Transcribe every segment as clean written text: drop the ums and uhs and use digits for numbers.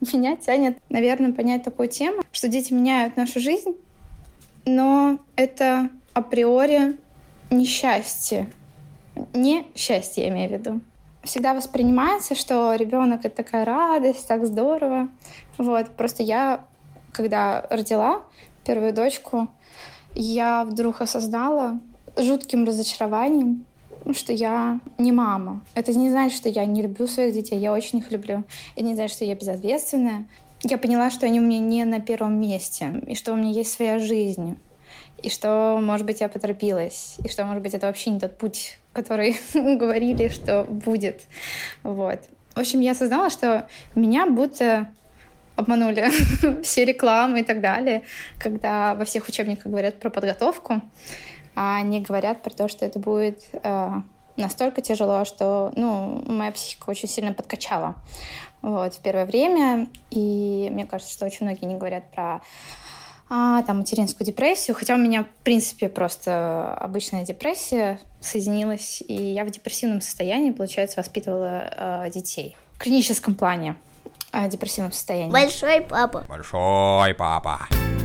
Меня тянет, наверное, понять такую тему, что дети меняют нашу жизнь, но это априори несчастье. Не счастье, я имею в виду. Всегда воспринимается, что ребенок это такая радость, так здорово. Вот. Просто я, когда родила первую дочку, я вдруг осознала жутким разочарованием, что я не мама. Это не значит, что я не люблю своих детей, я очень их люблю. Это не значит, что я безответственная. Я поняла, что они у меня не на первом месте, и что у меня есть своя жизнь, и что, может быть, я поторопилась, и что, может быть, это вообще не тот путь, который говорили, что будет. Вот. В общем, я осознала, что меня будто обманули все рекламы и так далее, когда во всех учебниках говорят про подготовку, а они говорят про то, что это будет настолько тяжело, что моя психика очень сильно подкачала в первое время. И мне кажется, что очень многие не говорят про материнскую депрессию, хотя у меня, в принципе, просто обычная депрессия соединилась, и я в депрессивном состоянии, получается, воспитывала детей. В клиническом плане депрессивном состоянии. Большой папа. Большой папа.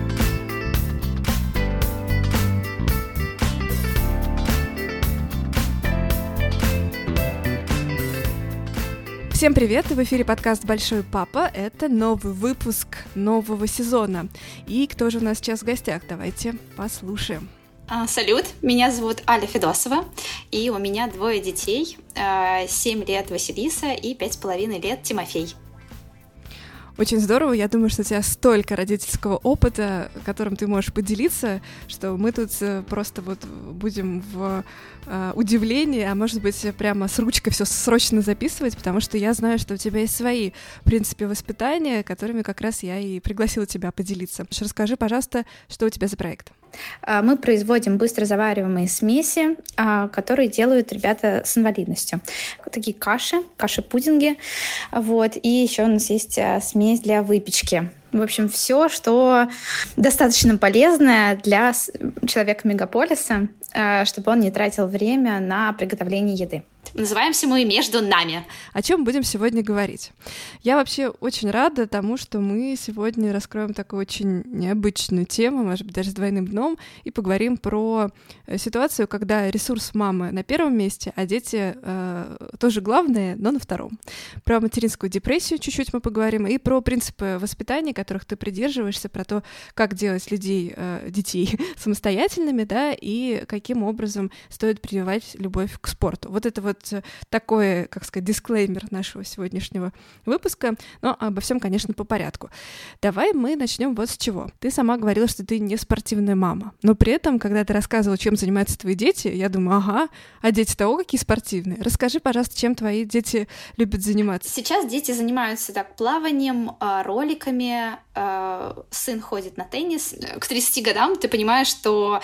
Всем привет! В эфире подкаст «Большой папа». Это новый выпуск нового сезона. И кто же у нас сейчас в гостях? Давайте послушаем. Салют, меня зовут Аля Федосова, и у меня 2 детей, 7 лет Василиса и 5,5 лет Тимофей. Очень здорово, я думаю, что у тебя столько родительского опыта, которым ты можешь поделиться, что мы тут просто будем в удивлении, а может быть прямо с ручкой все срочно записывать, потому что я знаю, что у тебя есть свои принципы воспитания, которыми как раз я и пригласила тебя поделиться. Расскажи, пожалуйста, что у тебя за проект? Мы производим быстро завариваемые смеси, которые делают ребята с инвалидностью. Такие каши-пудинги. И еще у нас есть смесь для выпечки. В общем, все, что достаточно полезное для человека мегаполиса, чтобы он не тратил время на приготовление еды. Называемся мы «Между нами». О чем будем сегодня говорить? Я вообще очень рада тому, что мы сегодня раскроем такую очень необычную тему, может быть, даже с двойным дном, и поговорим про ситуацию, когда ресурс мамы на первом месте, а дети тоже главные, но на втором. Про материнскую депрессию чуть-чуть мы поговорим, и про принципы воспитания, которых ты придерживаешься, про то, как делать детей самостоятельными, да, и каким образом стоит прививать любовь к спорту. Это такой, как сказать, дисклеймер нашего сегодняшнего выпуска, но обо всем, конечно, по порядку. Давай мы начнем вот с чего. Ты сама говорила, что ты не спортивная мама, но при этом, когда ты рассказывала, чем занимаются твои дети, я думаю, а дети-то какие спортивные. Расскажи, пожалуйста, чем твои дети любят заниматься. Сейчас дети занимаются плаванием, роликами, сын ходит на теннис. К 30 годам ты понимаешь, что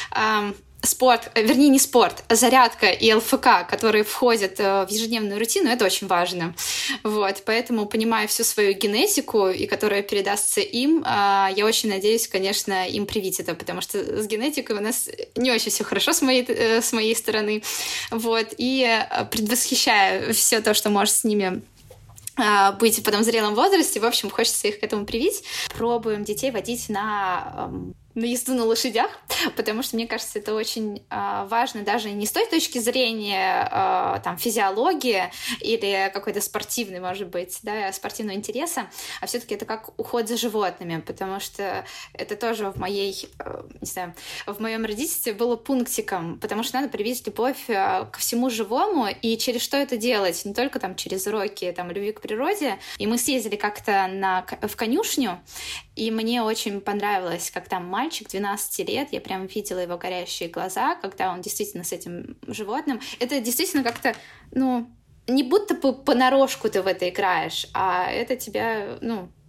спорт, вернее, не спорт, а зарядка и ЛФК, которые входят в ежедневную рутину, это очень важно. Поэтому, понимая всю свою генетику, и которая передастся им, я очень надеюсь, конечно, им привить это, потому что с генетикой у нас не очень все хорошо с моей стороны. И предвосхищаю все то, что может с ними быть в потом зрелом возрасте. В общем, хочется их к этому привить. Пробуем детей водить на езду на лошадях, потому что, мне кажется, это очень важно даже не с той точки зрения физиологии или какой-то спортивной, может быть, спортивного интереса, а все-таки это как уход за животными, потому что это тоже в моем родительстве было пунктиком, потому что надо привить любовь ко всему живому, и через что это делать? Не только через уроки любви к природе. И мы съездили как-то в конюшню, и мне очень понравилось, как там мальчик 12 лет, я прям видела его горящие глаза, когда он действительно с этим животным. Это действительно как-то, не будто понарошку ты в это играешь, а это тебя,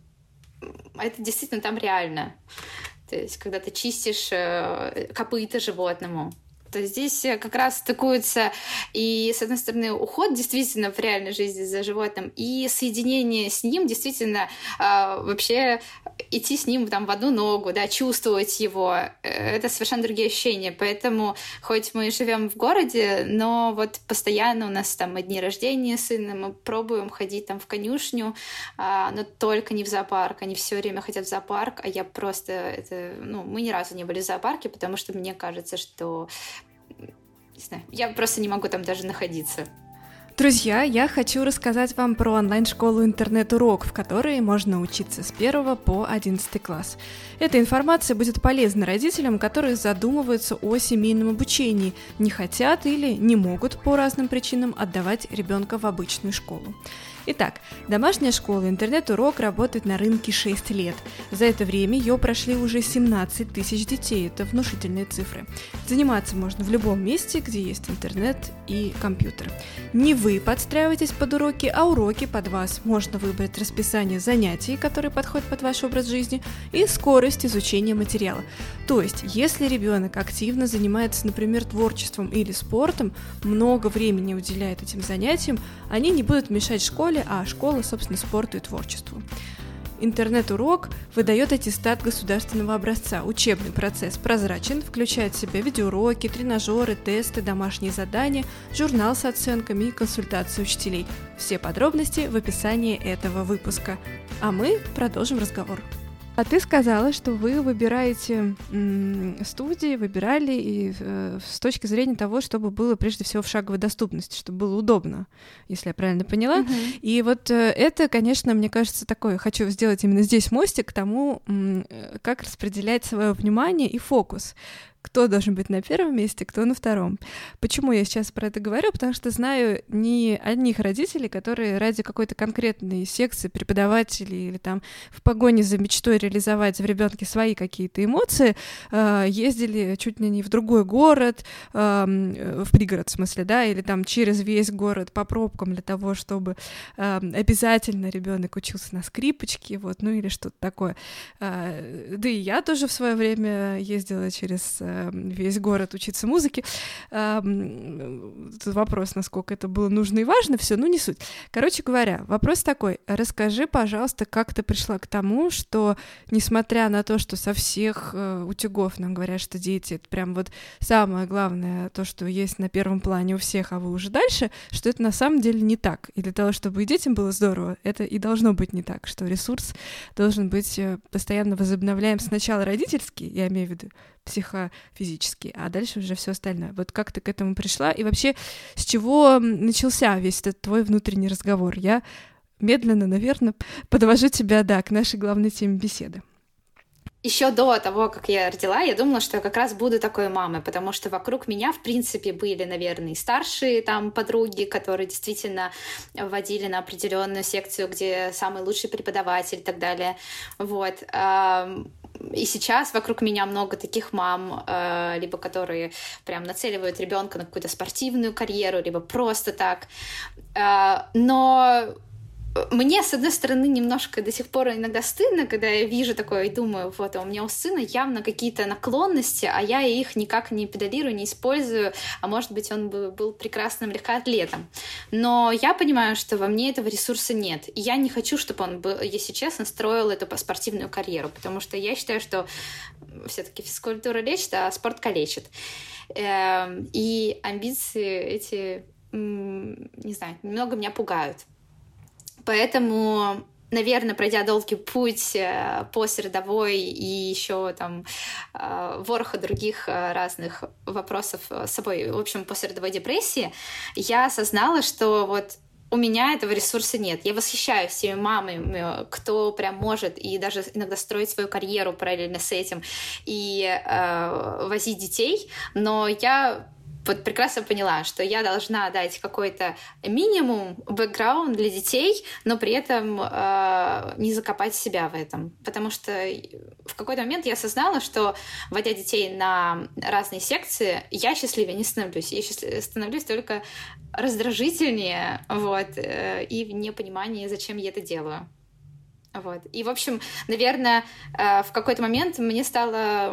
это действительно там реально. То есть, когда ты чистишь копыта животному. То есть здесь как раз стыкуются и, с одной стороны, уход действительно в реальной жизни за животным, и соединение с ним действительно вообще идти с ним там в одну ногу, да, чувствовать его, это совершенно другие ощущения. Поэтому, хоть мы живем в городе, но вот постоянно у нас там дни рождения сына, мы пробуем ходить там в конюшню, но только не в зоопарк. Они все время хотят в зоопарк, а я просто... мы ни разу не были в зоопарке, потому что мне кажется, что... Не знаю, я просто не могу там даже находиться. Друзья, я хочу рассказать вам про онлайн-школу «Интернет-урок», в которой можно учиться с 1 по 11 класс. Эта информация будет полезна родителям, которые задумываются о семейном обучении, не хотят или не могут по разным причинам отдавать ребенка в обычную школу. Итак, домашняя школа «Интернет-урок» работает на рынке 6 лет. За это время ее прошли уже 17 тысяч детей, это внушительные цифры. Заниматься можно в любом месте, где есть интернет и компьютер. Не вы подстраиваетесь под уроки, а уроки под вас. Можно выбрать расписание занятий, которые подходят под ваш образ жизни, и скорость изучения материала. То есть, если ребенок активно занимается, например, творчеством или спортом, много времени уделяет этим занятиям, они не будут мешать школе, а школа, собственно, спорту и творчеству. Интернет-урок выдает аттестат государственного образца. Учебный процесс прозрачен, включает в себя видеоуроки, тренажеры, тесты, домашние задания, журнал с оценками и консультации учителей. Все подробности в описании этого выпуска. А мы продолжим разговор. А ты сказала, что вы выбираете студии, выбирали и с точки зрения того, чтобы было прежде всего в шаговой доступности, чтобы было удобно, если я правильно поняла. И вот это, конечно, мне кажется, такое, хочу сделать именно здесь мостик к тому, как распределять свое внимание и фокус. Кто должен быть на первом месте, кто на втором. Почему я сейчас про это говорю? Потому что знаю не одних родителей, которые ради какой-то конкретной секции преподавателей или там в погоне за мечтой реализовать в ребенке свои какие-то эмоции, ездили чуть ли не в другой город, в пригород в смысле, да, или там через весь город по пробкам для того, чтобы обязательно ребенок учился на скрипочке, вот, ну или что-то такое. Да и я тоже в свое время ездила через весь город учиться музыке. Тут вопрос, насколько это было нужно и важно, все, ну не суть. Короче говоря, вопрос такой. Расскажи, пожалуйста, как ты пришла к тому, что, несмотря на то, что со всех утюгов нам говорят, что дети — это прям вот самое главное, то, что есть на первом плане у всех, а вы уже дальше, что это на самом деле не так. И для того, чтобы и детям было здорово, это и должно быть не так, что ресурс должен быть постоянно возобновляем сначала родительский, я имею в виду психофизически, а дальше уже все остальное. Вот как ты к этому пришла? И вообще, с чего начался весь этот твой внутренний разговор? Я медленно, наверное, подвожу тебя, да, к нашей главной теме беседы. Еще до того, как я родила, я думала, что я как раз буду такой мамой, потому что вокруг меня, в принципе, были, наверное, и старшие там подруги, которые действительно вводили на определенную секцию, где самый лучший преподаватель и так далее. Вот. И сейчас вокруг меня много таких мам, либо которые прям нацеливают ребенка на какую-то спортивную карьеру, либо просто так. Но мне, с одной стороны, немножко до сих пор иногда стыдно, когда я вижу такое и думаю, вот, у меня у сына явно какие-то наклонности, а я их никак не педалирую, не использую, а может быть, он бы был прекрасным легкоатлетом. Но я понимаю, что во мне этого ресурса нет. И я не хочу, чтобы он был, если честно, строил эту спортивную карьеру, потому что я считаю, что все-таки физкультура лечит, а спорт калечит. И амбиции эти, не знаю, немного меня пугают. Поэтому, наверное, пройдя долгий путь послеродовой и еще там вороха других разных вопросов с собой, в общем, послеродовой депрессии, я осознала, что вот у меня этого ресурса нет. Я восхищаюсь теми мамами, кто прям может и даже иногда строить свою карьеру параллельно с этим и возить детей, но я вот прекрасно поняла, что я должна дать какой-то минимум бэкграунд для детей, но при этом не закопать себя в этом. Потому что в какой-то момент я осознала, что, вводя детей на разные секции, я счастливее не становлюсь. Я становлюсь только раздражительнее, вот, и в непонимании, зачем я это делаю. Вот. И, в общем, наверное, в какой-то момент мне стало...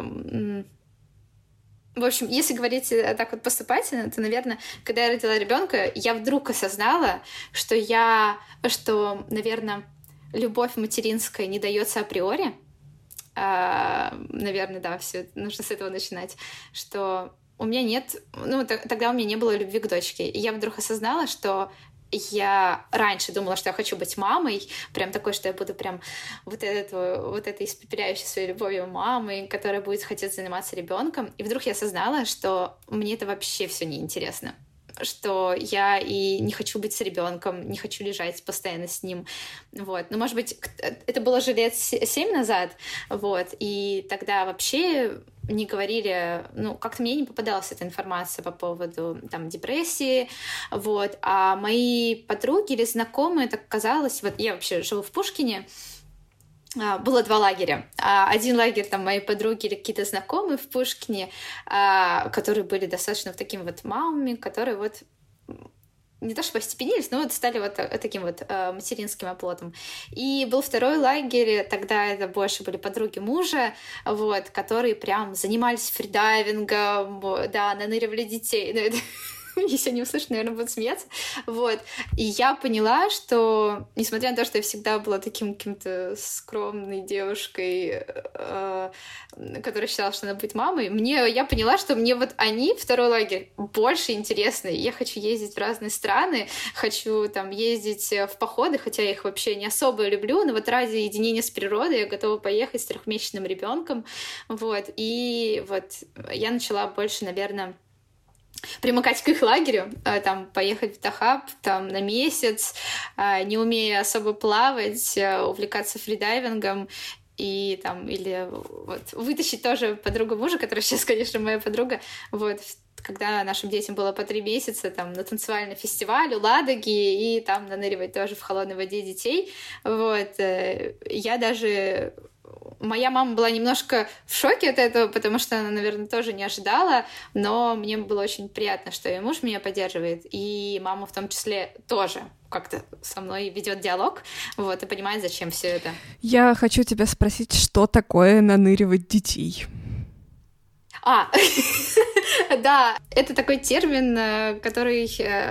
В общем, если говорить так вот поступательно, то, наверное, когда я родила ребенка, я вдруг осознала, что, наверное, любовь материнская не дается априори, наверное, да, все нужно с этого начинать, что у меня нет... тогда у меня не было любви к дочке. И я вдруг осознала, что я раньше думала, что я хочу быть мамой, прям такой, что я буду прям вот этой испепеляющей своей любовью мамой, которая будет хотеть заниматься ребенком. И вдруг я осознала, что мне это вообще все неинтересно, что я и не хочу быть с ребенком, не хочу лежать постоянно с ним. Вот. Ну, может быть, это было же лет 7 назад, вот, и тогда вообще не говорили, как-то мне не попадалась эта информация по поводу там депрессии, вот, а мои подруги или знакомые, так казалось, вот я вообще живу в Пушкине, было 2 лагеря. Один лагерь, там, мои подруги или какие-то знакомые в Пушкине, которые были достаточно вот такими вот мамами, которые вот не то чтобы остепенились, но вот стали вот таким вот материнским оплотом. И был второй лагерь, тогда это больше были подруги мужа, вот, которые прям занимались фридайвингом, да, наныривали детей. Если они услышат, наверное, будут смеяться. Вот. И я поняла, что, несмотря на то, что я всегда была таким каким-то скромной девушкой, которая считала, что она будет мамой, я поняла, что мне вот они, второй лагерь, больше интересны. Я хочу ездить в разные страны, хочу там ездить в походы, хотя я их вообще не особо люблю, но вот ради единения с природой я готова поехать с 3-месячным ребенком. Вот. И вот я начала больше, наверное, примыкать к их лагерю, там, поехать в Дахаб там, на месяц, не умея особо плавать, увлекаться фридайвингом, и там, или вот, вытащить тоже подругу мужа, которая сейчас, конечно, моя подруга, вот, когда нашим детям было по 3 месяца, там, на танцевальный фестиваль у Ладоги, и там наныривать тоже в холодной воде детей, вот, я даже... Моя мама была немножко в шоке от этого, потому что она, наверное, тоже не ожидала, но мне было очень приятно, что и муж меня поддерживает, и мама в том числе тоже как-то со мной ведет диалог, вот, и понимает, зачем все это. Я хочу тебя спросить, что такое наныривать детей? Да, это такой термин, который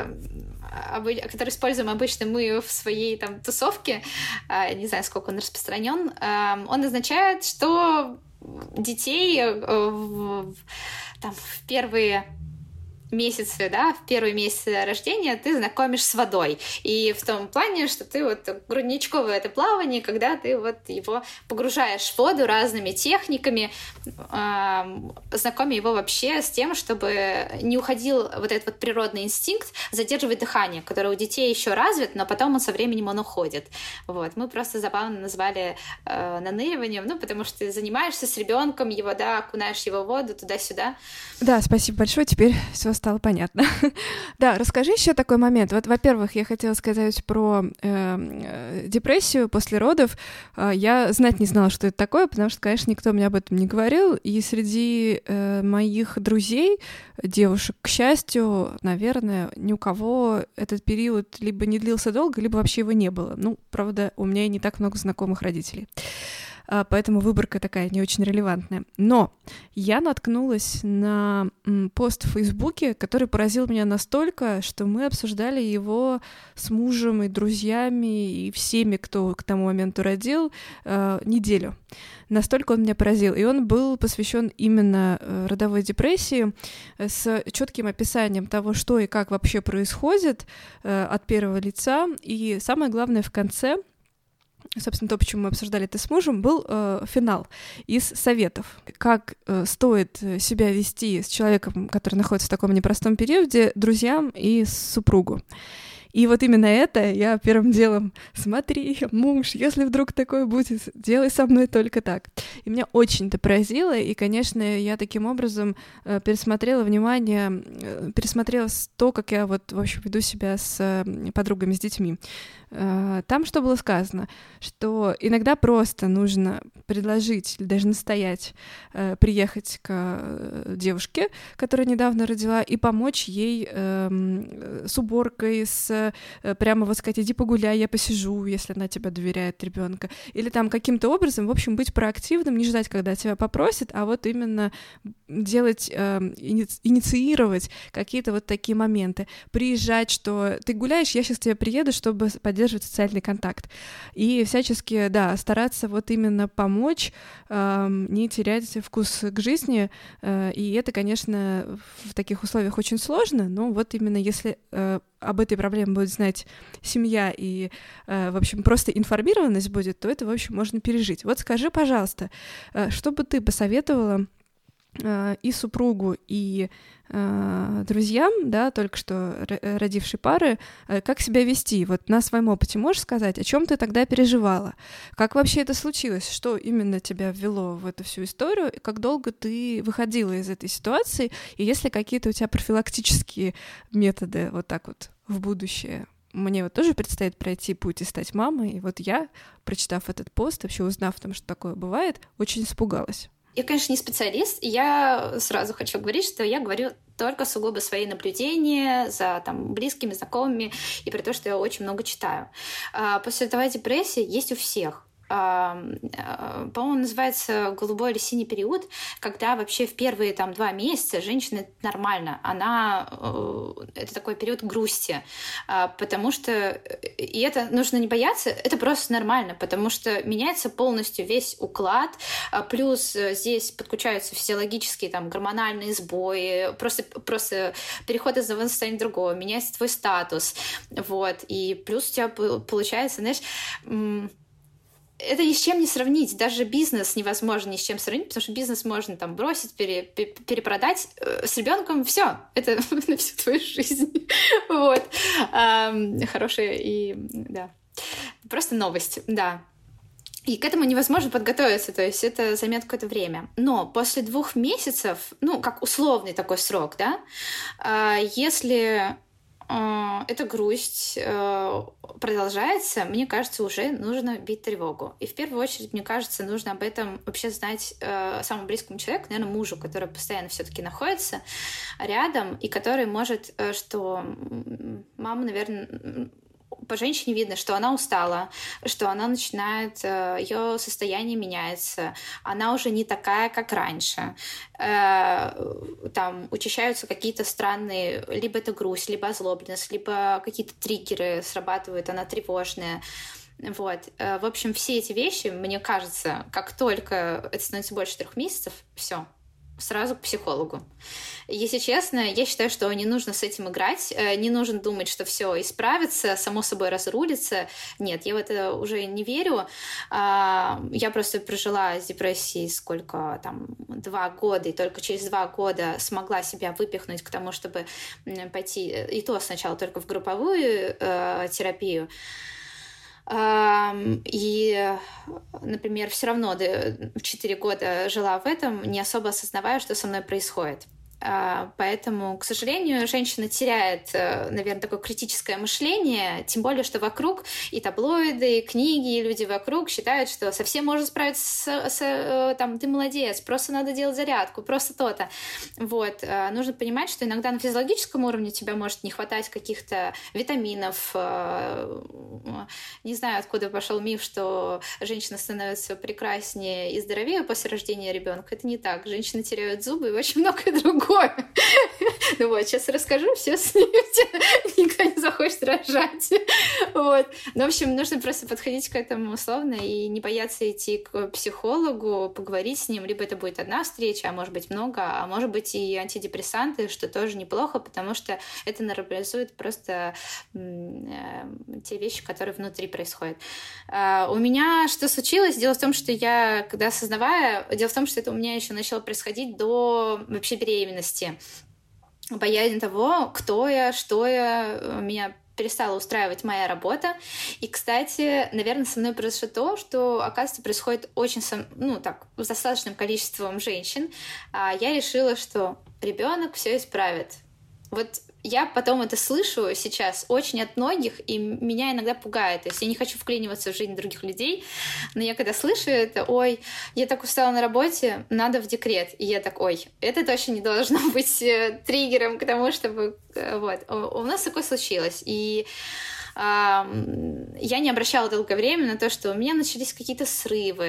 используем обычно мы в своей там тусовке, не знаю, сколько он распространен, он означает, что детей в первые месяцы, да, в первые месяцы рождения ты знакомишь с водой. И в том плане, что ты вот грудничковое это плавание, когда ты вот его погружаешь в воду разными техниками, знакомя его вообще с тем, чтобы не уходил вот этот вот природный инстинкт задерживать дыхание, который у детей еще развит, но потом со временем он уходит. Вот. Мы просто забавно назвали наныриванием, потому что ты занимаешься с ребенком, его, да, окунаешь его в воду туда-сюда. Да, спасибо большое, теперь все стало понятно. Да, расскажи еще такой момент. Вот, во-первых, я хотела сказать про депрессию после родов. Я знать не знала, что это такое, потому что, конечно, никто мне об этом не говорил. И среди моих друзей, девушек, к счастью, наверное, ни у кого этот период либо не длился долго, либо вообще его не было. Правда, у меня и не так много знакомых родителей. Поэтому выборка такая не очень релевантная. Но я наткнулась на пост в Фейсбуке, который поразил меня настолько, что мы обсуждали его с мужем и друзьями и всеми, кто к тому моменту родил, неделю. Настолько он меня поразил. И он был посвящен именно родовой депрессии с четким описанием того, что и как вообще происходит от первого лица. И самое главное, в конце, собственно, то, почему мы обсуждали это с мужем, был финал из советов. Как стоит себя вести с человеком, который находится в таком непростом периоде, друзьям и супругу. И вот именно это я первым делом: смотри, муж, если вдруг такое будет, делай со мной только так. И меня очень это поразило, и, конечно, я таким образом пересмотрела то, как я вот, в общем, веду себя с подругами, с детьми. Там что было сказано? Что иногда просто нужно предложить или даже настоять приехать к девушке, которая недавно родила, и помочь ей с уборкой, прямо вот сказать: иди погуляй, я посижу, если она тебя доверяет, ребенка. Или там каким-то образом, в общем, быть проактивным, не ждать, когда тебя попросят, а вот именно делать, инициировать какие-то вот такие моменты. Приезжать, что ты гуляешь, я сейчас к тебе приеду, чтобы поддерживать поддерживать социальный контакт. И всячески, да, стараться вот именно помочь, не терять вкус к жизни. И это, конечно, в таких условиях очень сложно, но вот именно если об этой проблеме будет знать семья и, в общем, просто информированность будет, то это, в общем, можно пережить. Вот скажи, пожалуйста, что бы ты посоветовала и супругу, и друзьям, да, только что родившей пары, как себя вести? Вот на своем опыте можешь сказать, о чем ты тогда переживала? Как вообще это случилось? Что именно тебя ввело в эту всю историю? И как долго ты выходила из этой ситуации? И есть ли какие-то у тебя профилактические методы вот так вот в будущее? Мне вот тоже предстоит пройти путь и стать мамой. И вот я, прочитав этот пост, вообще узнав о том, что такое бывает, очень испугалась. Я, конечно, не специалист, и я сразу хочу говорить, что я говорю только сугубо свои наблюдения за там, близкими, знакомыми, и при том, что я очень много читаю. Постсветовая депрессия есть у всех. По-моему, называется голубой или синий период, когда вообще в первые там 2 месяца женщина это нормально, это такой период грусти, потому что, и это нужно не бояться, это просто нормально, потому что меняется полностью весь уклад, плюс здесь подключаются физиологические там гормональные сбои, просто переход из одного состояния в другое, меняется твой статус, вот, и плюс у тебя получается, знаешь, это ни с чем не сравнить. Даже бизнес невозможно ни с чем сравнить, потому что бизнес можно там бросить, перепродать. С ребенком все. Это на всю твою жизнь. Вот. Хорошая и... Да. Просто новость. Да. И к этому невозможно подготовиться, то есть это займет какое-то время. Но после 2 месяцев, ну, как условный такой срок, да, если эта грусть продолжается, мне кажется, уже нужно бить тревогу. И в первую очередь, мне кажется, нужно об этом вообще знать самому близкому человеку, наверное, мужу, который постоянно все-таки находится рядом, и который может, что мама, наверное, по женщине видно, что она устала, что она начинает, ее состояние меняется, она уже не такая, как раньше. Там учащаются какие-то странные, либо это грусть, либо озлобленность, либо какие-то триггеры срабатывают, она тревожная. Вот. В общем, все эти вещи, мне кажется, как только это становится больше 3 месяцев, все, сразу к психологу. Если честно, я считаю, что не нужно с этим играть, не нужно думать, что все исправится, само собой разрулится. Нет, я в это уже не верю. Я просто прожила с депрессией 2 года, и только через 2 года смогла себя выпихнуть к тому, чтобы пойти, и то сначала только в групповую терапию. И, например, все равно 4 года жила в этом, не особо осознавая, что со мной происходит. Поэтому, к сожалению, женщина теряет, наверное, такое критическое мышление, тем более, что вокруг и таблоиды, и книги, и люди вокруг считают, что совсем можно справиться там, ты молодец, просто надо делать зарядку, просто то-то. Вот. Нужно понимать, что иногда на физиологическом уровне тебя может не хватать каких-то витаминов. Не знаю, откуда пошел миф, что женщина становится прекраснее и здоровее после рождения ребенка. Это не так. Женщины теряют зубы и очень многое другое. Ну вот, сейчас расскажу, все снимете, никто не захочет рожать. Вот. Ну, в общем, нужно просто подходить к этому условно и не бояться идти к психологу, поговорить с ним. Либо это будет одна встреча, а может быть много, а может быть и антидепрессанты, что тоже неплохо, потому что это нормализует просто те вещи, которые внутри происходят. У меня что случилось? Дело в том, что я, когда осознавая, дело в том, что это у меня еще начало происходить до вообще беременности. Боязнь того, кто я, что я, меня перестала устраивать моя работа. И, кстати, наверное, со мной произошло то, что, оказывается, происходит очень, с достаточным количеством женщин. Я решила, что ребенок все исправит. Вот я потом это слышу сейчас очень от многих, и меня иногда пугает. То есть я не хочу вклиниваться в жизнь других людей, но я когда слышу это, ой, я так устала на работе, надо в декрет. И я так, ой, это точно не должно быть триггером к тому, чтобы... Вот. У нас такое случилось. И я не обращала долгое время на то, что у меня начались какие-то срывы.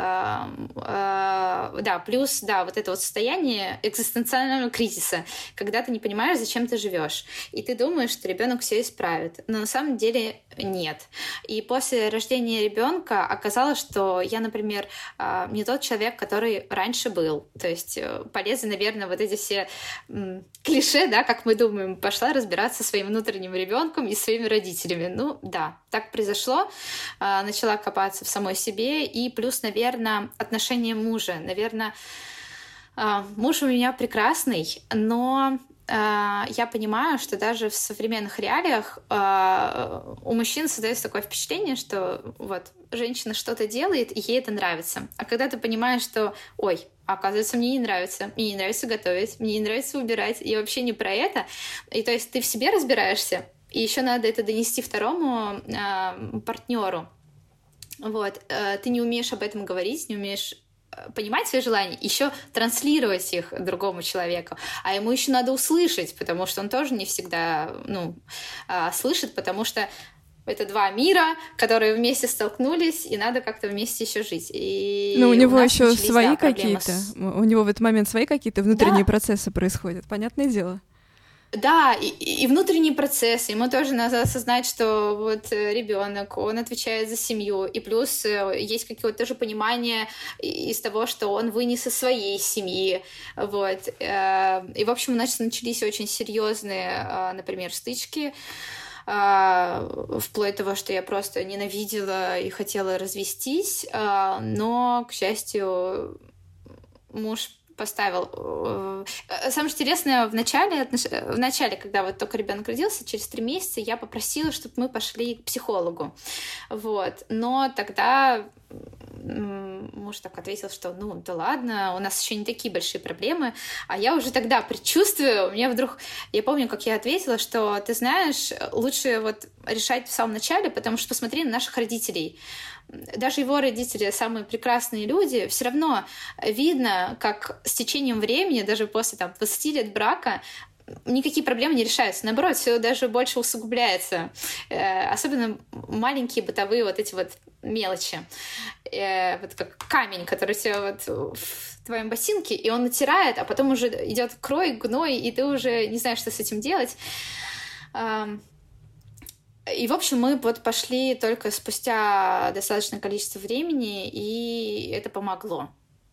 Да, плюс, да, вот это вот состояние экзистенциального кризиса, когда ты не понимаешь, зачем ты живешь. И ты думаешь, что ребенок все исправит. Но на самом деле нет. И после рождения ребенка оказалось, что я, например, не тот человек, который раньше был. То есть полезны, наверное, вот эти все клише, да, как мы думаем, пошла разбираться со своим внутренним ребенком и своими родителями. Ну да, так произошло. Начала копаться в самой себе. И плюс, наверное, отношения мужа. Наверное, муж у меня прекрасный, но я понимаю, что даже в современных реалиях у мужчин создается такое впечатление, что вот женщина что-то делает, и ей это нравится. А когда ты понимаешь, что, ой, оказывается, мне не нравится готовить, мне не нравится убирать, и вообще не про это, и то есть ты в себе разбираешься, и еще надо это донести второму партнеру. Вот, ты не умеешь об этом говорить, не умеешь понимать свои желания, еще транслировать их другому человеку. А ему еще надо услышать, потому что он тоже не всегда слышит, потому что это два мира, которые вместе столкнулись, и надо как-то вместе еще жить. И у него еще свои какие-то, у него в этот момент свои какие-то внутренние процессы происходят, понятное дело. Да, и внутренние процессы. Ему тоже надо осознать, что вот ребенок, он отвечает за семью. И плюс есть какое-то тоже понимание из того, что он вынес из своей семьи. Вот. И, в общем, у нас начались очень серьезные, например, стычки. Вплоть до того, что я просто ненавидела и хотела развестись. Но, к счастью, муж поставил. Самое интересное, в начале, когда вот только ребенок родился, через 3 месяца я попросила, чтобы мы пошли к психологу. Вот. Но тогда муж так ответил, что ну да ладно, у нас еще не такие большие проблемы, а я уже тогда предчувствую, у меня вдруг, я помню, как я ответила, что ты знаешь, лучше вот решать в самом начале, потому что посмотри на наших родителей. Даже его родители, самые прекрасные люди, все равно видно, как с течением времени, даже после 20 лет брака, никакие проблемы не решаются. Наоборот, все даже больше усугубляется. Особенно маленькие бытовые вот эти вот мелочи. Вот как камень, который у тебя вот в твоем ботинке, и он натирает, а потом уже идет крой, гной, и ты уже не знаешь, что с этим делать. И, в общем, мы вот пошли только спустя достаточное количество времени, и это помогло.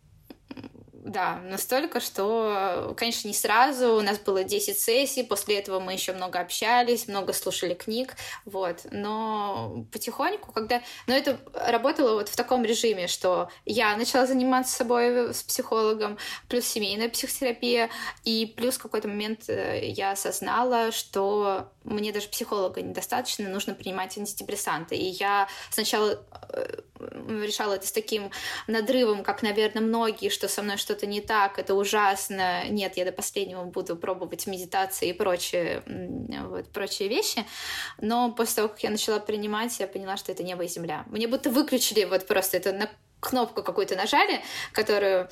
Да, настолько, что, конечно, не сразу. У нас было 10 сессий, после этого мы еще много общались, много слушали книг, вот. Но потихоньку, Но это работало вот в таком режиме, что я начала заниматься собой с психологом, плюс семейная психотерапия, и плюс в какой-то момент я осознала, что мне даже психолога недостаточно, нужно принимать антидепрессанты. И я сначала решала это с таким надрывом, как, наверное, многие, что со мной что-то не так, это ужасно, нет, я до последнего буду пробовать медитации и прочие вещи. Но после того, как я начала принимать, я поняла, что это небо и земля. Мне будто выключили вот просто это на кнопку какую-то нажали, которую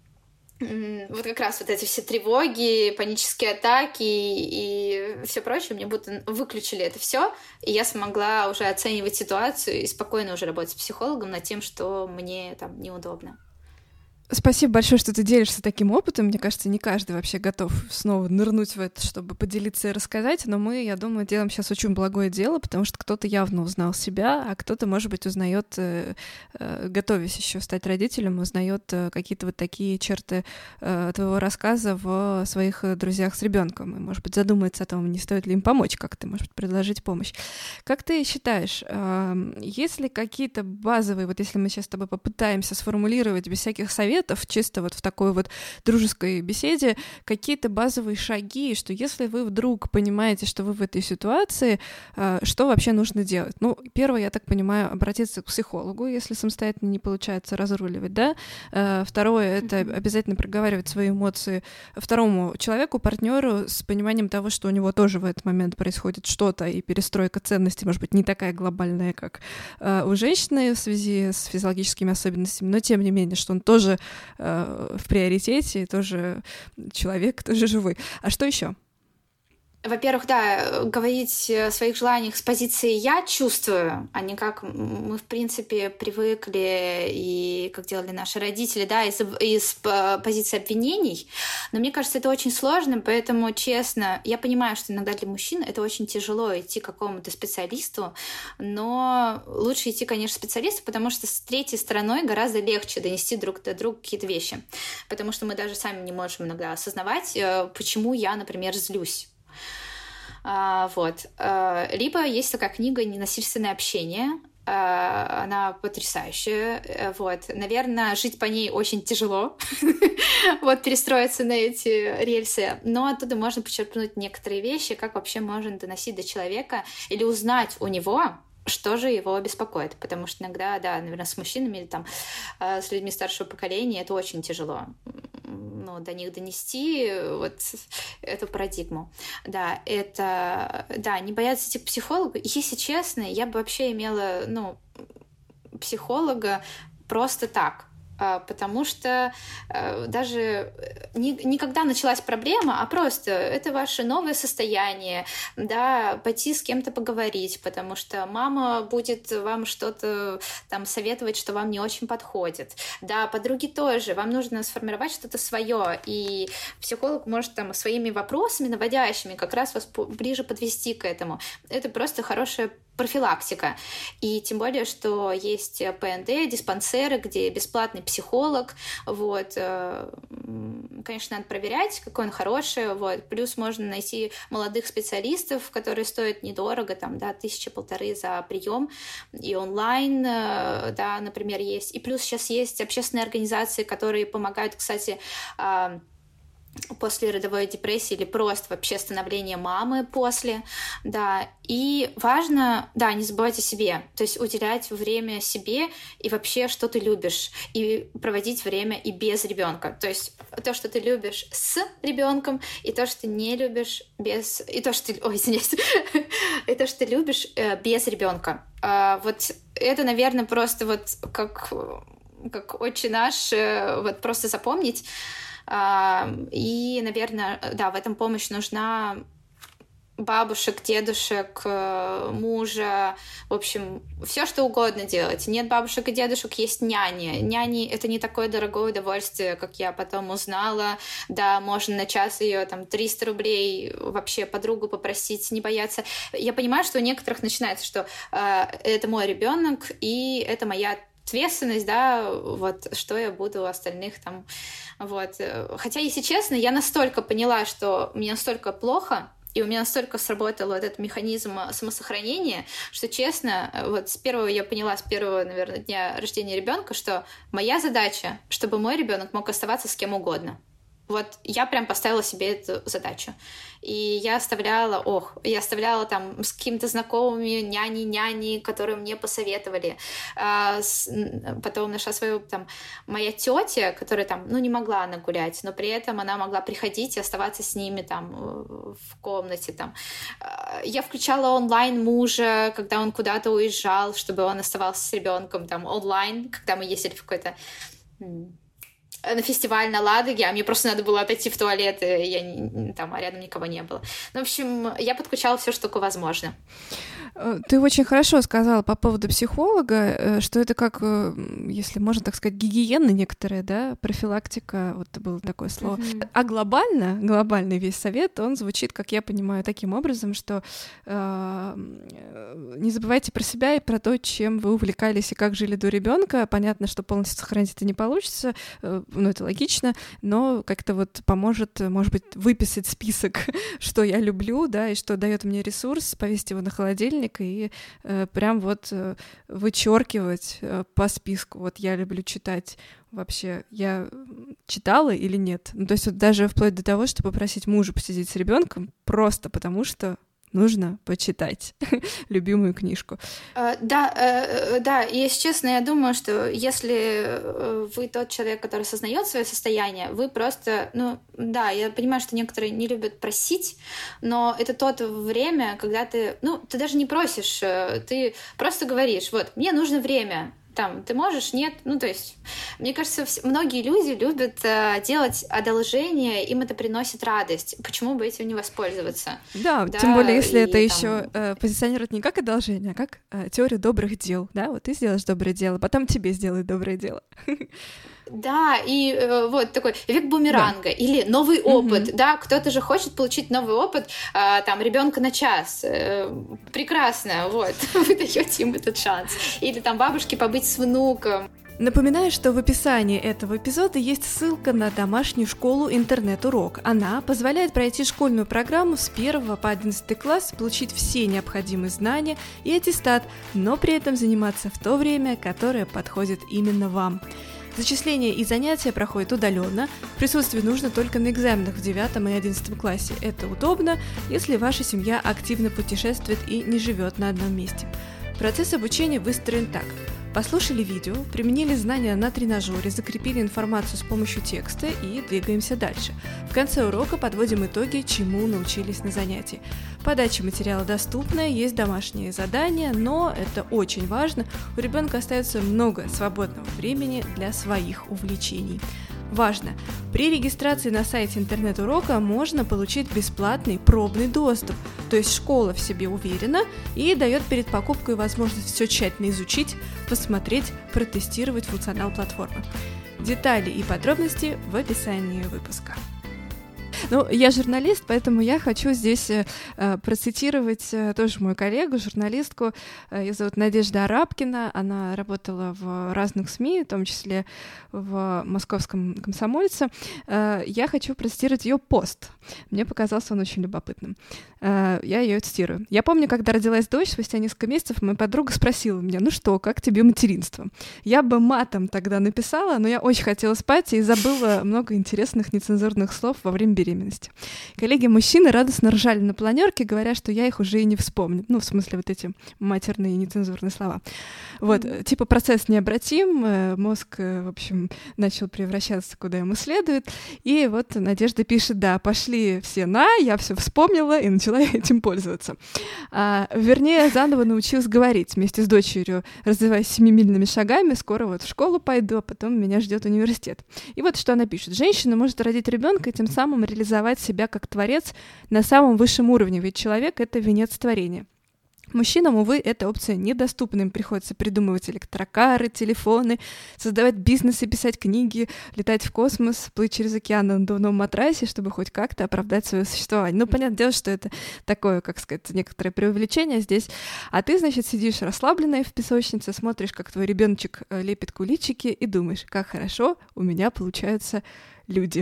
вот как раз вот эти все тревоги, панические атаки и все прочее, мне будто выключили это все, и я смогла уже оценивать ситуацию и спокойно уже работать с психологом над тем, что мне там неудобно. Спасибо большое, что ты делишься таким опытом. Мне кажется, не каждый вообще готов снова нырнуть в это, чтобы поделиться и рассказать, но мы, я думаю, делаем сейчас очень благое дело, потому что кто-то явно узнал себя, а кто-то, может быть, узнает, готовясь еще стать родителем, узнает какие-то вот такие черты твоего рассказа в своих друзьях с ребенком, и, может быть, задумается о том, не стоит ли им помочь как-то, может быть, предложить помощь. Как ты считаешь, есть ли какие-то базовые, вот если мы сейчас с тобой попытаемся сформулировать без всяких советов, чисто вот в такой вот дружеской беседе, какие-то базовые шаги, что если вы вдруг понимаете, что вы в этой ситуации, что вообще нужно делать? Ну, первое, я так понимаю, обратиться к психологу, если самостоятельно не получается разруливать, да? Второе, это обязательно проговаривать свои эмоции второму человеку, партнеру, с пониманием того, что у него тоже в этот момент происходит что-то, и перестройка ценностей, может быть, не такая глобальная, как у женщины в связи с физиологическими особенностями, но тем не менее, что он тоже в приоритете, тоже человек, тоже живой. А что еще? Во-первых, да, говорить о своих желаниях с позиции «я чувствую», а не как мы, в принципе, привыкли и как делали наши родители, да, из позиции обвинений. Но мне кажется, это очень сложно, поэтому, честно, я понимаю, что иногда для мужчин это очень тяжело идти к какому-то специалисту, но лучше идти, конечно, к специалисту, потому что с третьей стороной гораздо легче донести друг до друга какие-то вещи, потому что мы даже сами не можем иногда осознавать, почему я, например, злюсь. Вот. Либо есть такая книга «Ненасильственное общение». Она потрясающая. Вот. Наверное, жить по ней очень тяжело. Вот, перестроиться на эти рельсы. Но оттуда можно почерпнуть некоторые вещи, как вообще можно доносить до человека или узнать у него, что же его беспокоит. Потому что иногда, да, наверное, с мужчинами или там с людьми старшего поколения это очень тяжело. Ну, до них донести вот эту парадигму. Да, это... Да, не бояться идти к психологу. Если честно, я бы вообще имела, психолога просто так. Потому что даже не когда началась проблема, а просто это ваше новое состояние, да, пойти с кем-то поговорить, потому что мама будет вам что-то там советовать, что вам не очень подходит, да, подруги тоже, вам нужно сформировать что-то свое, и психолог может там своими вопросами наводящими как раз вас ближе подвести к этому. Это просто хорошая профилактика. И тем более, что есть ПНД, диспансеры, где бесплатный психолог. Вот. Конечно, надо проверять, какой он хороший. Вот. Плюс можно найти молодых специалистов, которые стоят недорого, там, да, 1000-1500 за прием. И онлайн, да, например, есть. И плюс сейчас есть общественные организации, которые помогают, кстати, после родовой депрессии или просто вообще становления мамы после, да, и важно, да, не забывать о себе, то есть уделять время себе и вообще, что ты любишь, и проводить время и без ребенка, то есть то, что ты любишь с ребенком, и то, что ты не любишь без, и то, что ты, ой, извиняюсь, и то, что ты любишь без ребенка. Вот это, наверное, просто вот как «Отче наш», вот просто запомнить. И, наверное, да, в этом помощь нужна бабушек, дедушек, мужа, в общем, все что угодно делать. Нет бабушек и дедушек, есть няни. Няни — это не такое дорогое удовольствие, как я потом узнала. Да, можно на час ее там 300 рублей вообще подругу попросить, не бояться. Я понимаю, что у некоторых начинается, что это мой ребенок и это моя ответственность, да, вот, что я буду у остальных там, вот. Хотя, если честно, я настолько поняла, что мне настолько плохо, и у меня настолько сработал вот этот механизм самосохранения, что, честно, вот с первого наверное, дня рождения ребенка, что моя задача, чтобы мой ребенок мог оставаться с кем угодно. Вот я прям поставила себе эту задачу. И я оставляла там с какими-то знакомыми няни, которые мне посоветовали. Потом нашла свою там моя тетя, которая там, не могла она гулять, но при этом она могла приходить и оставаться с ними там в комнате. Там. Я включала онлайн мужа, когда он куда-то уезжал, чтобы он оставался с ребенком там онлайн, когда мы ездили в какой-то на фестиваль на Ладоге, а мне просто надо было отойти в туалет, и а рядом никого не было. В общем, я подключала все, что только возможно. Ты очень хорошо сказала по поводу психолога, что это как, если можно так сказать, гигиена некоторая, да, профилактика, вот было такое слово. А глобальный весь совет, он звучит, как я понимаю, таким образом, что не забывайте про себя и про то, чем вы увлекались и как жили до ребенка. Понятно, что полностью сохранить это не получится, это логично, но как-то вот поможет, может быть, выписать список, что я люблю, да, и что дает мне ресурс, повесить его на холодильник и прям вот вычеркивать по списку. Вот я люблю читать. Вообще, я читала или нет? То есть вот даже вплоть до того, что попросить мужа посидеть с ребенком просто потому, что нужно почитать любимую книжку. Да, если честно, я думаю, что если вы тот человек, который осознает свое состояние, вы просто, я понимаю, что некоторые не любят просить, но это то время, когда ты даже не просишь, ты просто говоришь, вот, мне нужно время, там, ты можешь? Нет? Ну, то есть, мне кажется, многие люди любят делать одолжение, им это приносит радость. Почему бы этим не воспользоваться? Да, тем более, если это еще позиционирует не как одолжение, а как теорию добрых дел, да, вот ты сделаешь доброе дело, потом тебе сделают доброе дело. Да, и вот такой век бумеранга, да. Или новый опыт, да, кто-то же хочет получить новый опыт, там, ребенка на час, прекрасно, вот, вы даете им этот шанс, или там бабушке побыть с внуком. Напоминаю, что в описании этого эпизода есть ссылка на домашнюю школу «Интернет-урок». Она позволяет пройти школьную программу с 1 по 11 класс, получить все необходимые знания и аттестат, но при этом заниматься в то время, которое подходит именно вам. Зачисление и занятия проходят удаленно, присутствие нужно только на экзаменах в 9 и 11 классе. Это удобно, если ваша семья активно путешествует и не живет на одном месте. Процесс обучения выстроен так. Послушали видео, применили знания на тренажере, закрепили информацию с помощью текста и двигаемся дальше. В конце урока подводим итоги, чему научились на занятии. Подача материала доступная, есть домашние задания, но это очень важно, у ребенка остается много свободного времени для своих увлечений. Важно! При регистрации на сайте интернет-урока можно получить бесплатный пробный доступ, то есть школа в себе уверена и дает перед покупкой возможность все тщательно изучить, посмотреть, протестировать функционал платформы. Детали и подробности в описании выпуска. Ну, я журналист, поэтому я хочу здесь процитировать тоже мою коллегу, журналистку. Ее зовут Надежда Арабкина. Она работала в разных СМИ, в том числе в Московском «Комсомольце». Я хочу процитировать ее пост. Мне показался он очень любопытным. Я ее цитирую. «Я помню, когда родилась дочь, спустя несколько месяцев моя подруга спросила меня, ну что, как тебе материнство? Я бы матом тогда написала, но я очень хотела спать и забыла много интересных нецензурных слов во время беременности. Коллеги-мужчины радостно ржали на планерке, говоря, что я их уже и не вспомню. Ну, в смысле, вот эти матерные нецензурные слова. Вот, типа процесс необратим, мозг, в общем, начал превращаться куда ему следует. И вот Надежда пишет, да, пошли все я все вспомнила и начала этим пользоваться. Вернее, заново научилась говорить вместе с дочерью, развиваясь 7-мильными шагами, скоро вот в школу пойду, а потом меня ждет университет. И вот что она пишет. Женщина может родить ребенка и тем самым реализовать себя как творец на самом высшем уровне, ведь человек — это венец творения. Мужчинам, увы, эта опция недоступна, им приходится придумывать электрокары, телефоны, создавать бизнесы, писать книги, летать в космос, плыть через океан на надувном матрасе, чтобы хоть как-то оправдать свое существование. Ну, понятное дело, что это такое, как сказать, некоторое преувеличение здесь. А ты, значит, сидишь расслабленная в песочнице, смотришь, как твой ребеночек лепит куличики и думаешь, как хорошо у меня получаются люди.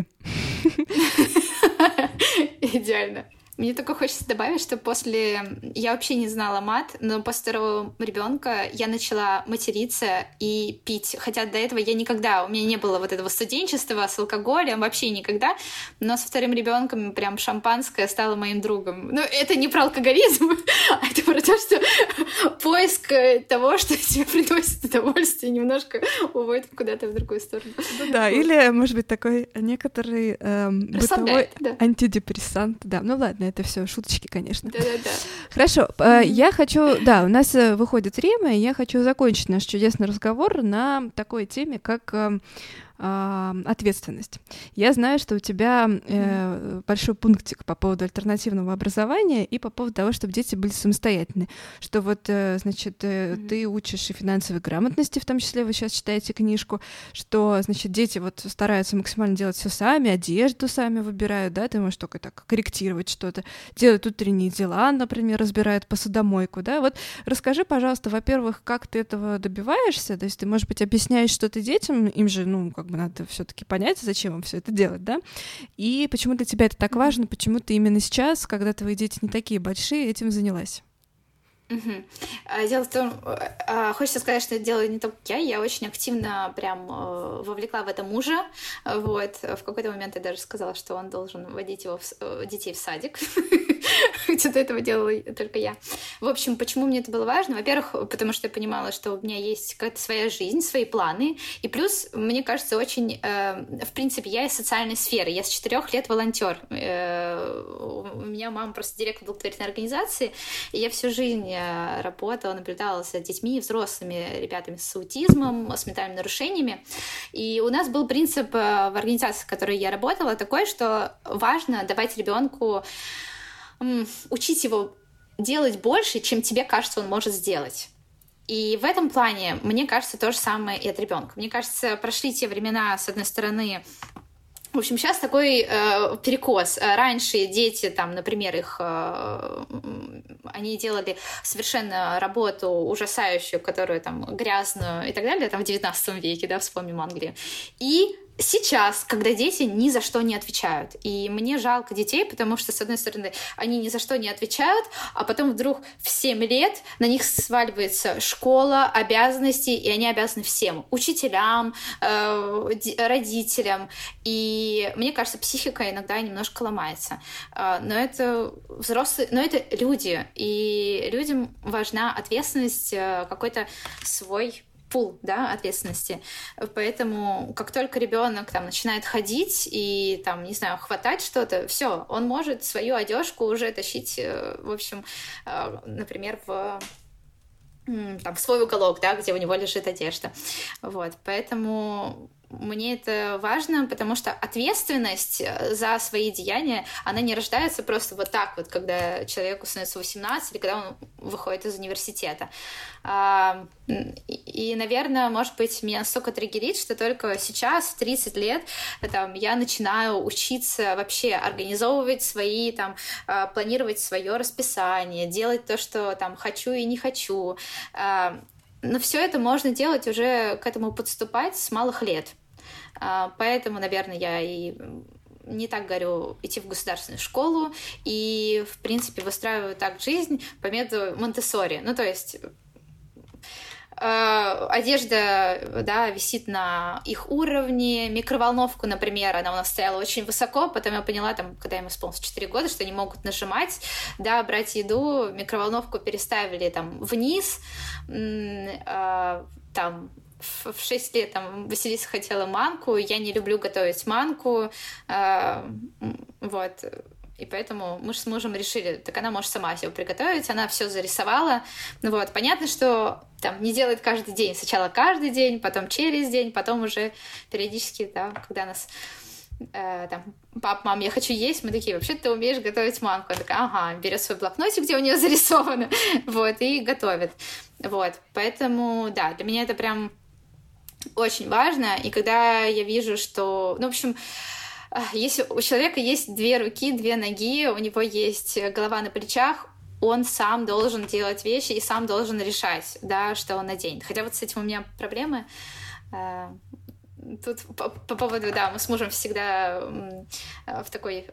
Идеально. Мне только хочется добавить, что я вообще не знала мат, но после второго ребенка я начала материться и пить. Хотя до этого у меня не было вот этого студенчества с алкоголем, вообще никогда. Но со вторым ребенком прям шампанское стало моим другом. Ну, это не про алкоголизм, а это про то, что поиск того, что тебе приносит удовольствие, немножко уводит куда-то в другую сторону. Ну да, или, может быть, такой некоторый бытовой антидепрессант. Да, ну ладно. Это все шуточки, конечно. Да-да-да. Хорошо, я хочу... Да, у нас выходит время, и я хочу закончить наш чудесный разговор на такой теме, как ответственность. Я знаю, что у тебя большой пунктик по поводу альтернативного образования и по поводу того, чтобы дети были самостоятельны. Что вот, значит, ты учишь и финансовой грамотности, в том числе вы сейчас читаете книжку, что, значит, дети вот стараются максимально делать все сами, одежду сами выбирают, да, ты можешь только так корректировать что-то, делают утренние дела, например, разбирают посудомойку, да, вот расскажи, пожалуйста, во-первых, как ты этого добиваешься, то есть ты, может быть, объясняешь что-то детям, им же, ну, как бы надо все-таки понять, зачем им все это делать, да? И почему для тебя это так важно, почему ты именно сейчас, когда твои дети не такие большие, этим занялась? Дело в том, хочется сказать, что это делаю не только я очень активно прям вовлекла в это мужа, вот, в какой-то момент я даже сказала, что он должен водить детей в садик, хотя до этого делала только я. В общем, почему мне это было важно? Во-первых, потому что я понимала, что у меня есть какая-то своя жизнь, свои планы, и плюс, мне кажется, очень, в принципе, я из социальной сферы, я с 4 лет волонтер, у меня мама просто директор благотворительной организации, и я всю жизнь я работала, наблюдала за детьми и взрослыми ребятами с аутизмом, с ментальными нарушениями. И у нас был принцип в организации, в которой я работала, такой, что важно давать ребенку, учить его делать больше, чем тебе кажется, он может сделать. И в этом плане, мне кажется, то же самое и от ребенка. Мне кажется, прошли те времена, с одной стороны. В общем, сейчас такой перекос. Раньше дети, там, например, они делали совершенно работу ужасающую, которую там грязную и так далее, там в 19 веке, да, вспомним Англию. И сейчас, когда дети ни за что не отвечают. И мне жалко детей, потому что, с одной стороны, они ни за что не отвечают, а потом вдруг в 7 лет на них сваливается школа, обязанности, и они обязаны всем. Учителям, родителям. И мне кажется, психика иногда немножко ломается. Но это взрослые, но это люди. И людям важна ответственность, какой-то свой пул, да, ответственности. Поэтому как только ребенок там начинает ходить и там, не знаю, хватать что-то, все, он может свою одежку уже тащить, в общем, например, в свой уголок, да, где у него лежит одежда. Вот, поэтому мне это важно, потому что ответственность за свои деяния, она не рождается просто вот так вот, когда человеку становится 18 или когда он выходит из университета. И, наверное, может быть, меня настолько триггерит, что только сейчас, в 30 лет, там, я начинаю учиться вообще организовывать свои, там, планировать свое расписание, делать то, что там хочу и не хочу. Но все это можно делать уже к этому подступать с малых лет. Поэтому, наверное, я и не так горю идти в государственную школу и, в принципе, выстраиваю так жизнь по методу Монтессори. Ну, то есть одежда, да, висит на их уровне, микроволновку, например, она у нас стояла очень высоко, потом я поняла, там, когда им исполнилось 4 года, что они могут нажимать, да, брать еду, микроволновку переставили там вниз, там в 6 лет там Василиса хотела манку, я не люблю готовить манку, вот. И поэтому мы же с мужем решили, так она может сама себе приготовить, она все зарисовала. Вот. Понятно, что там не делает каждый день. Сначала каждый день, потом через день, потом уже периодически, да, когда нас там, пап, мам, я хочу есть, мы такие, вообще ты умеешь готовить манку. Она такая, ага, берет свой блокнотик, где у нее зарисовано, вот, и готовит. Вот. Поэтому, да, для меня это прям очень важно. И когда я вижу, что, ну, в общем, если у человека есть 2 руки, 2 ноги, у него есть голова на плечах, он сам должен делать вещи и сам должен решать, да, что он наденет. Хотя вот с этим у меня проблемы. Тут по поводу, да, мы с мужем всегда в такой...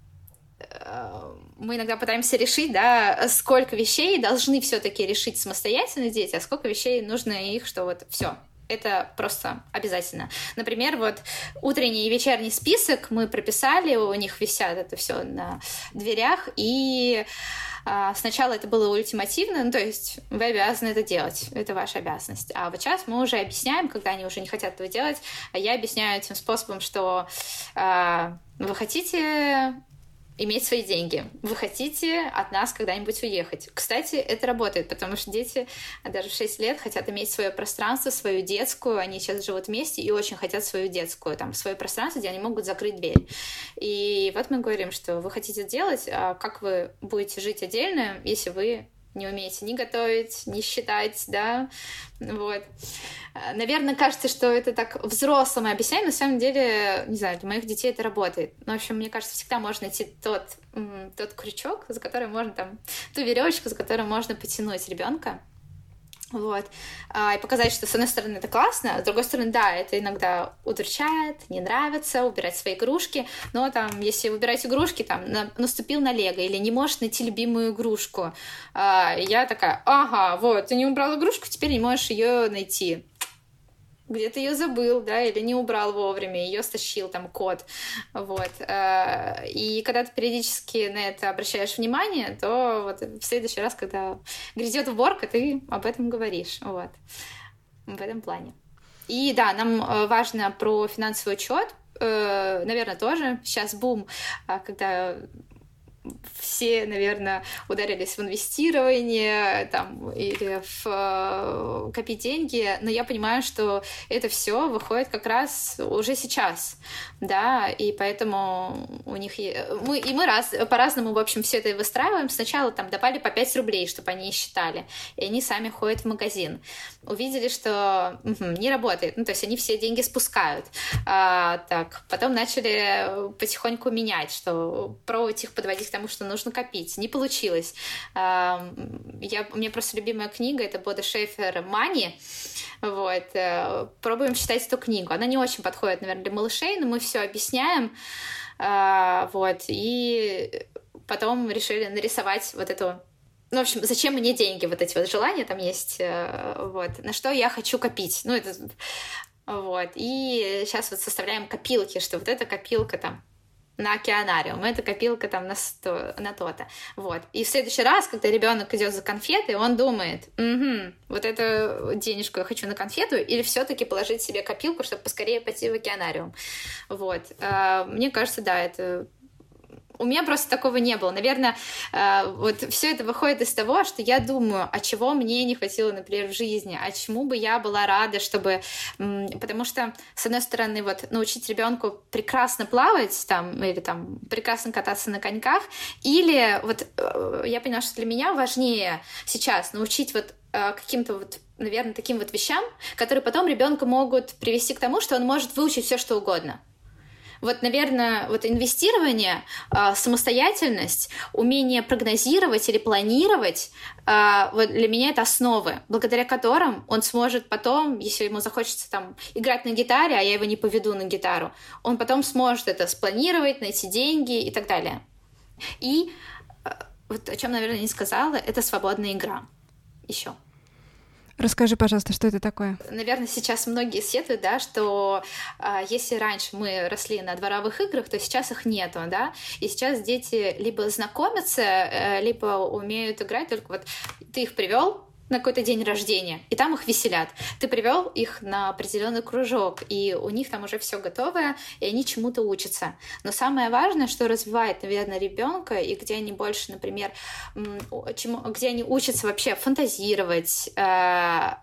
Мы иногда пытаемся решить, да, сколько вещей должны все-таки решить самостоятельно дети, а сколько вещей нужно их, что вот все. Это просто обязательно. Например, вот утренний и вечерний список мы прописали, у них висят это все на дверях, и сначала это было ультимативно, ну, то есть вы обязаны это делать, это ваша обязанность. А вот сейчас мы уже объясняем, когда они уже не хотят этого делать, я объясняю тем способом, что вы хотите иметь свои деньги. Вы хотите от нас когда-нибудь уехать. Кстати, это работает, потому что дети даже в 6 лет хотят иметь свое пространство, свою детскую. Они сейчас живут вместе и очень хотят свою детскую, там, свое пространство, где они могут закрыть дверь. И вот мы говорим, что вы хотите делать, а как вы будете жить отдельно, если вы не умеете ни готовить, ни считать, да, вот. Наверное, кажется, что это так взрослым объясняем, на самом деле, не знаю, для моих детей это работает. Но, в общем, мне кажется, всегда можно найти тот крючок, за который можно там, ту веревочку, за которую можно потянуть ребенка. Вот. И показать, что с одной стороны это классно, а с другой стороны, да, это иногда удручает, не нравится, убирать свои игрушки, но там, если убирать игрушки, там, наступил на лего или не можешь найти любимую игрушку, я такая, ага, вот, ты не убрал игрушку, теперь не можешь ее найти. Где-то ее забыл, да, или не убрал вовремя, ее стащил там кот, вот. И когда ты периодически на это обращаешь внимание, то вот в следующий раз, когда грядет уборка, ты об этом говоришь, вот, в этом плане. И да, нам важно про финансовый учет, наверное, тоже. Сейчас бум, когда все, наверное, ударились в инвестирование там, или в копить деньги, но я понимаю, что это все выходит как раз уже сейчас, да, и поэтому у них мы по-разному, в общем, все это выстраиваем. Сначала там давали по 5 рублей, чтобы они считали, и они сами ходят в магазин. Увидели, что не работает, ну, то есть они все деньги спускают. Так, потом начали потихоньку менять, что пробовать их подводить к тому, что нужно копить. Не получилось. У меня просто любимая книга — это Бода Шефер «Money». Вот. Пробуем читать эту книгу. Она не очень подходит, наверное, для малышей, но мы все объясняем. Вот. И потом решили нарисовать вот эту... Ну, в общем, зачем мне деньги? Вот эти вот желания там есть. Вот. На что я хочу копить. Ну, это... Вот. И сейчас вот составляем копилки, что вот эта копилка там на океанариум, эта копилка там на то-то. Вот. И в следующий раз, когда ребенок идет за конфетой, он думает, вот эту денежку я хочу на конфету, или все-таки положить себе копилку, чтобы поскорее пойти в океанариум. Вот. Мне кажется, да, это... У меня просто такого не было. Наверное, вот все это выходит из того, что я думаю, а чего мне не хватило, например, в жизни, а чему бы я была рада, чтобы... Потому что, с одной стороны, вот научить ребенку прекрасно плавать там, или там прекрасно кататься на коньках, или вот я поняла, что для меня важнее сейчас научить вот каким-то вот, наверное, таким вот вещам, которые потом ребенка могут привести к тому, что он может выучить все, что угодно. Вот, наверное, вот инвестирование, самостоятельность, умение прогнозировать или планировать, вот для меня это основы, благодаря которым он сможет потом, если ему захочется там играть на гитаре, а я его не поведу на гитару, он потом сможет это спланировать, найти деньги и так далее. И вот о чем, наверное, не сказала, это свободная игра еще. Расскажи, пожалуйста, что это такое? Наверное, сейчас многие сетуют, да, что если раньше мы росли на дворовых играх, то сейчас их нету, да, и сейчас дети либо знакомятся, либо умеют играть, только вот ты их привел на какой-то день рождения, и там их веселят. Ты привел их на определенный кружок, и у них там уже все готовое, и они чему-то учатся. Но самое важное, что развивает, наверное, ребенка, и где они больше, например, где они учатся вообще фантазировать, как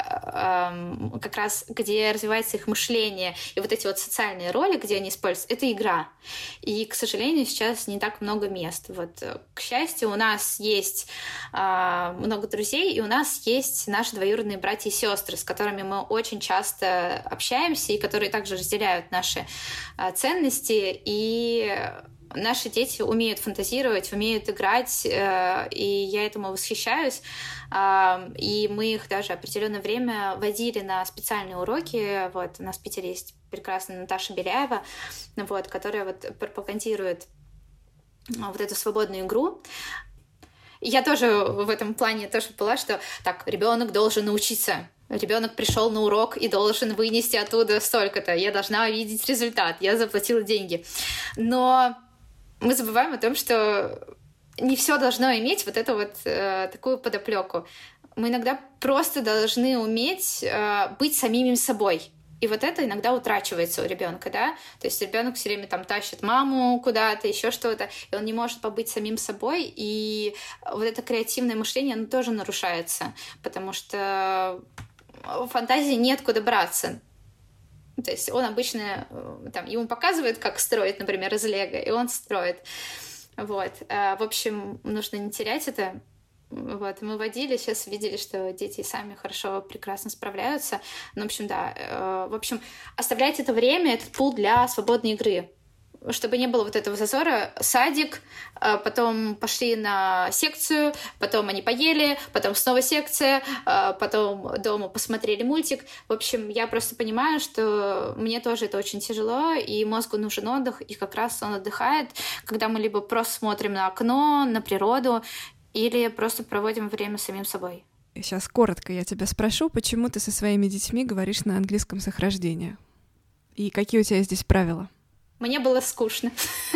раз где развивается их мышление, и вот эти вот социальные роли, где они используют, это игра. И, к сожалению, сейчас не так много мест. Вот, к счастью, у нас есть много друзей, и у нас есть наши двоюродные братья и сестры, с которыми мы очень часто общаемся и которые также разделяют наши ценности. И наши дети умеют фантазировать, умеют играть, и я этому восхищаюсь. И мы их даже определенное время водили на специальные уроки. Вот, у нас в Питере есть прекрасная Наташа Беляева, вот, которая вот пропагандирует вот эту свободную игру. Я тоже в этом плане тоже была, что так, ребенок должен научиться. Ребенок пришел на урок и должен вынести оттуда столько-то. Я должна видеть результат. Я заплатила деньги. Но мы забываем о том, что не все должно иметь вот эту вот такую подоплеку. Мы иногда просто должны уметь быть самими собой. И вот это иногда утрачивается у ребенка, да? То есть ребенок все время там тащит маму куда-то, еще что-то, и он не может побыть самим собой, и вот это креативное мышление, оно тоже нарушается, потому что в фантазии нет куда браться. То есть он обычно, там, ему показывают, как строить, например, из лего, и он строит. Вот. В общем, нужно не терять это. Вот, мы водили, сейчас видели, что дети сами хорошо, прекрасно справляются. Ну, в общем, да. В общем, оставляйте это время, этот пул для свободной игры. Чтобы не было вот этого зазора. Садик, потом пошли на секцию, потом они поели, потом снова секция, потом дома посмотрели мультик. В общем, я просто понимаю, что мне тоже это очень тяжело, и мозгу нужен отдых, и как раз он отдыхает, когда мы либо просто смотрим на окно, на природу, или просто проводим время с самим собой. Сейчас коротко я тебя спрошу, почему ты со своими детьми говоришь на английском с их рождения? И какие у тебя здесь правила? Мне было скучно.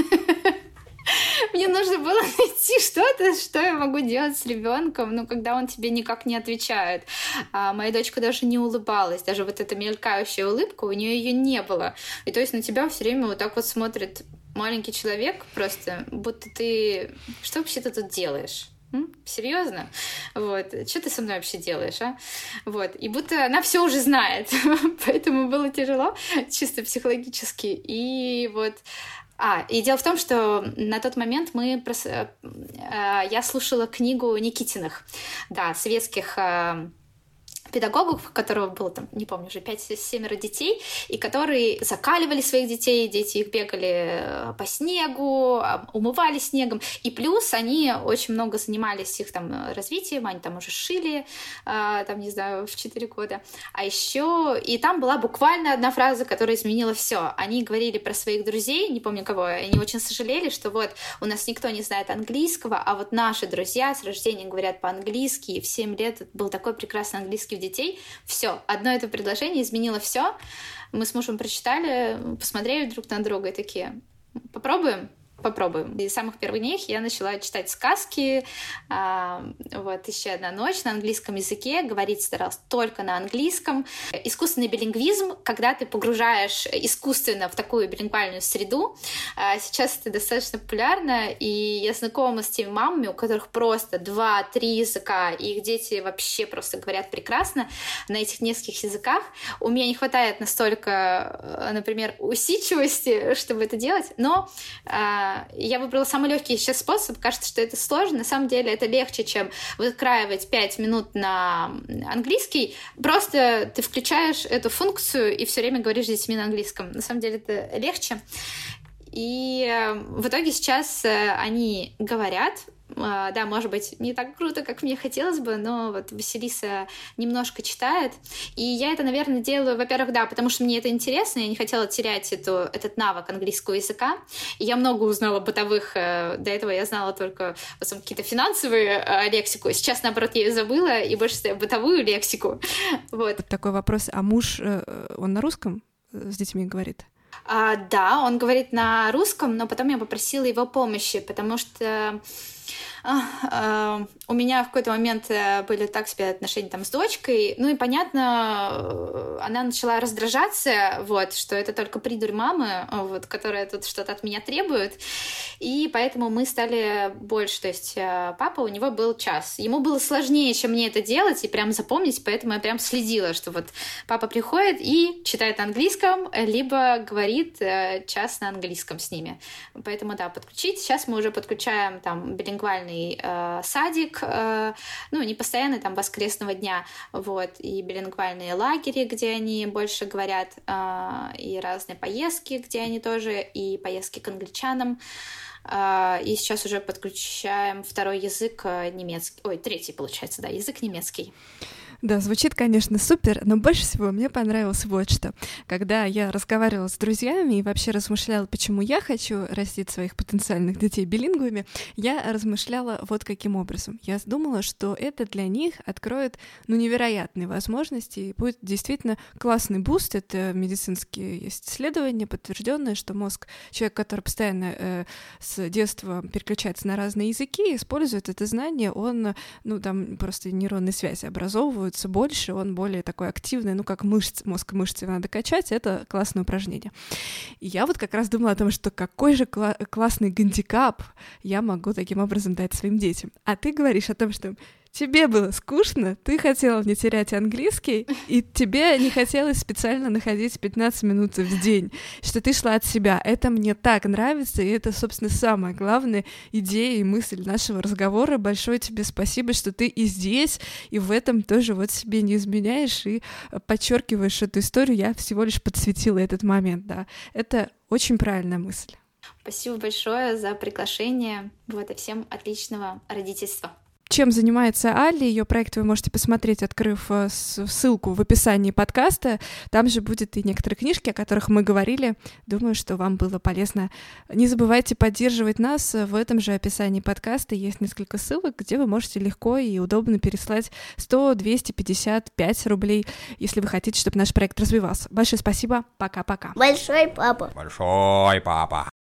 Мне нужно было найти что-то, что я могу делать с ребенком, но когда он тебе никак не отвечает. Моя дочка даже не улыбалась, даже вот эта мелькающая улыбка, у нее ее не было. И то есть на тебя все время вот так вот смотрит маленький человек просто, будто ты... Что вообще ты тут делаешь? Серьезно? Вот. Что ты со мной вообще делаешь, а? Вот. И будто она все уже знает. Поэтому было тяжело, чисто психологически. И вот... И дело в том, что на тот момент я слушала книгу Никитиных, да, советских педагогов, у которого было там, не помню, уже 5-7 детей, и которые закаливали своих детей, дети их бегали по снегу, умывали снегом, и плюс они очень много занимались их там развитием, они там уже шили, там, не знаю, в 4 года, а еще, и там была буквально одна фраза, которая изменила все. Они говорили про своих друзей, не помню кого, и они очень сожалели, что вот у нас никто не знает английского, а вот наши друзья с рождения говорят по-английски, и в 7 лет был такой прекрасный английский детей. Все, одно это предложение изменило все. Мы с мужем прочитали, посмотрели друг на друга и такие: попробуем. И с самых первых дней я начала читать сказки. Вот «Еще одна ночь» на английском языке. Говорить старалась только на английском. Искусственный билингвизм, когда ты погружаешь искусственно в такую билингвальную среду. Сейчас это достаточно популярно, и я знакома с теми мамами, у которых просто 2-3 языка, и их дети вообще просто говорят прекрасно на этих нескольких языках. У меня не хватает настолько, например, усидчивости, чтобы это делать, но я выбрала самый легкий сейчас способ. Кажется, что это сложно. На самом деле это легче, чем выкраивать 5 минут на английский. Просто ты включаешь эту функцию и все время говоришь с детьми на английском. На самом деле это легче. И в итоге сейчас они говорят. Да, может быть, не так круто, как мне хотелось бы, но вот Василиса немножко читает. И я это, наверное, делаю, во-первых, да, потому что мне это интересно, я не хотела терять этот навык английского языка. И я много узнала бытовых, до этого я знала только в основном какие-то финансовые лексику. Сейчас, наоборот, я ее забыла и больше знаю бытовую лексику. Вот. Такой вопрос, а муж, он на русском с детьми говорит? Да, он говорит на русском, но потом я попросила его помощи, потому что у меня в какой-то момент были так себе отношения там с дочкой, ну и понятно, она начала раздражаться, вот, что это только придурь мамы, вот, которая тут что-то от меня требует, и поэтому мы стали больше, то есть папа, у него был час, ему было сложнее, чем мне это делать и прям запомнить, поэтому я прям следила, что вот папа приходит и читает на английском, либо говорит час на английском с ними, поэтому да, подключить, сейчас мы уже подключаем там билингвальный садик, ну, не постоянно, там, воскресного дня, вот, и билингвальные лагеря, где они больше говорят, и разные поездки, где они тоже, и поездки к англичанам, и сейчас уже подключаем второй язык немецкий, третий, получается, да, язык немецкий. Да, звучит, конечно, супер, но больше всего мне понравилось вот что. Когда я разговаривала с друзьями и вообще размышляла, почему я хочу растить своих потенциальных детей билингвами, я размышляла вот каким образом. Я думала, что это для них откроет, невероятные возможности и будет действительно классный буст. Это медицинские есть исследования, подтвержденные, что мозг человека, который постоянно с детства переключается на разные языки, использует это знание, он, там просто нейронные связи образовывают больше, он более такой активный, как мозг мышцы надо качать, это классное упражнение. И я вот как раз думала о том, что какой же классный гандикап я могу таким образом дать своим детям. А ты говоришь о том, что тебе было скучно, ты хотела не терять английский, и тебе не хотелось специально находить 15 минут в день, что ты шла от себя. Это мне так нравится, и это, собственно, самая главная идея и мысль нашего разговора. Большое тебе спасибо, что ты и здесь, и в этом тоже вот себе не изменяешь и подчеркиваешь эту историю. Я всего лишь подсветила этот момент, да. Это очень правильная мысль. Спасибо большое за приглашение. Вот, и всем отличного родительства. Чем занимается Алли, ее проект вы можете посмотреть, открыв ссылку в описании подкаста. Там же будет и некоторые книжки, о которых мы говорили. Думаю, что вам было полезно. Не забывайте поддерживать нас. В этом же описании подкаста есть несколько ссылок, где вы можете легко и удобно переслать 100, 250, 5 рублей, если вы хотите, чтобы наш проект развивался. Большое спасибо. Пока-пока. Большой папа. Большой папа.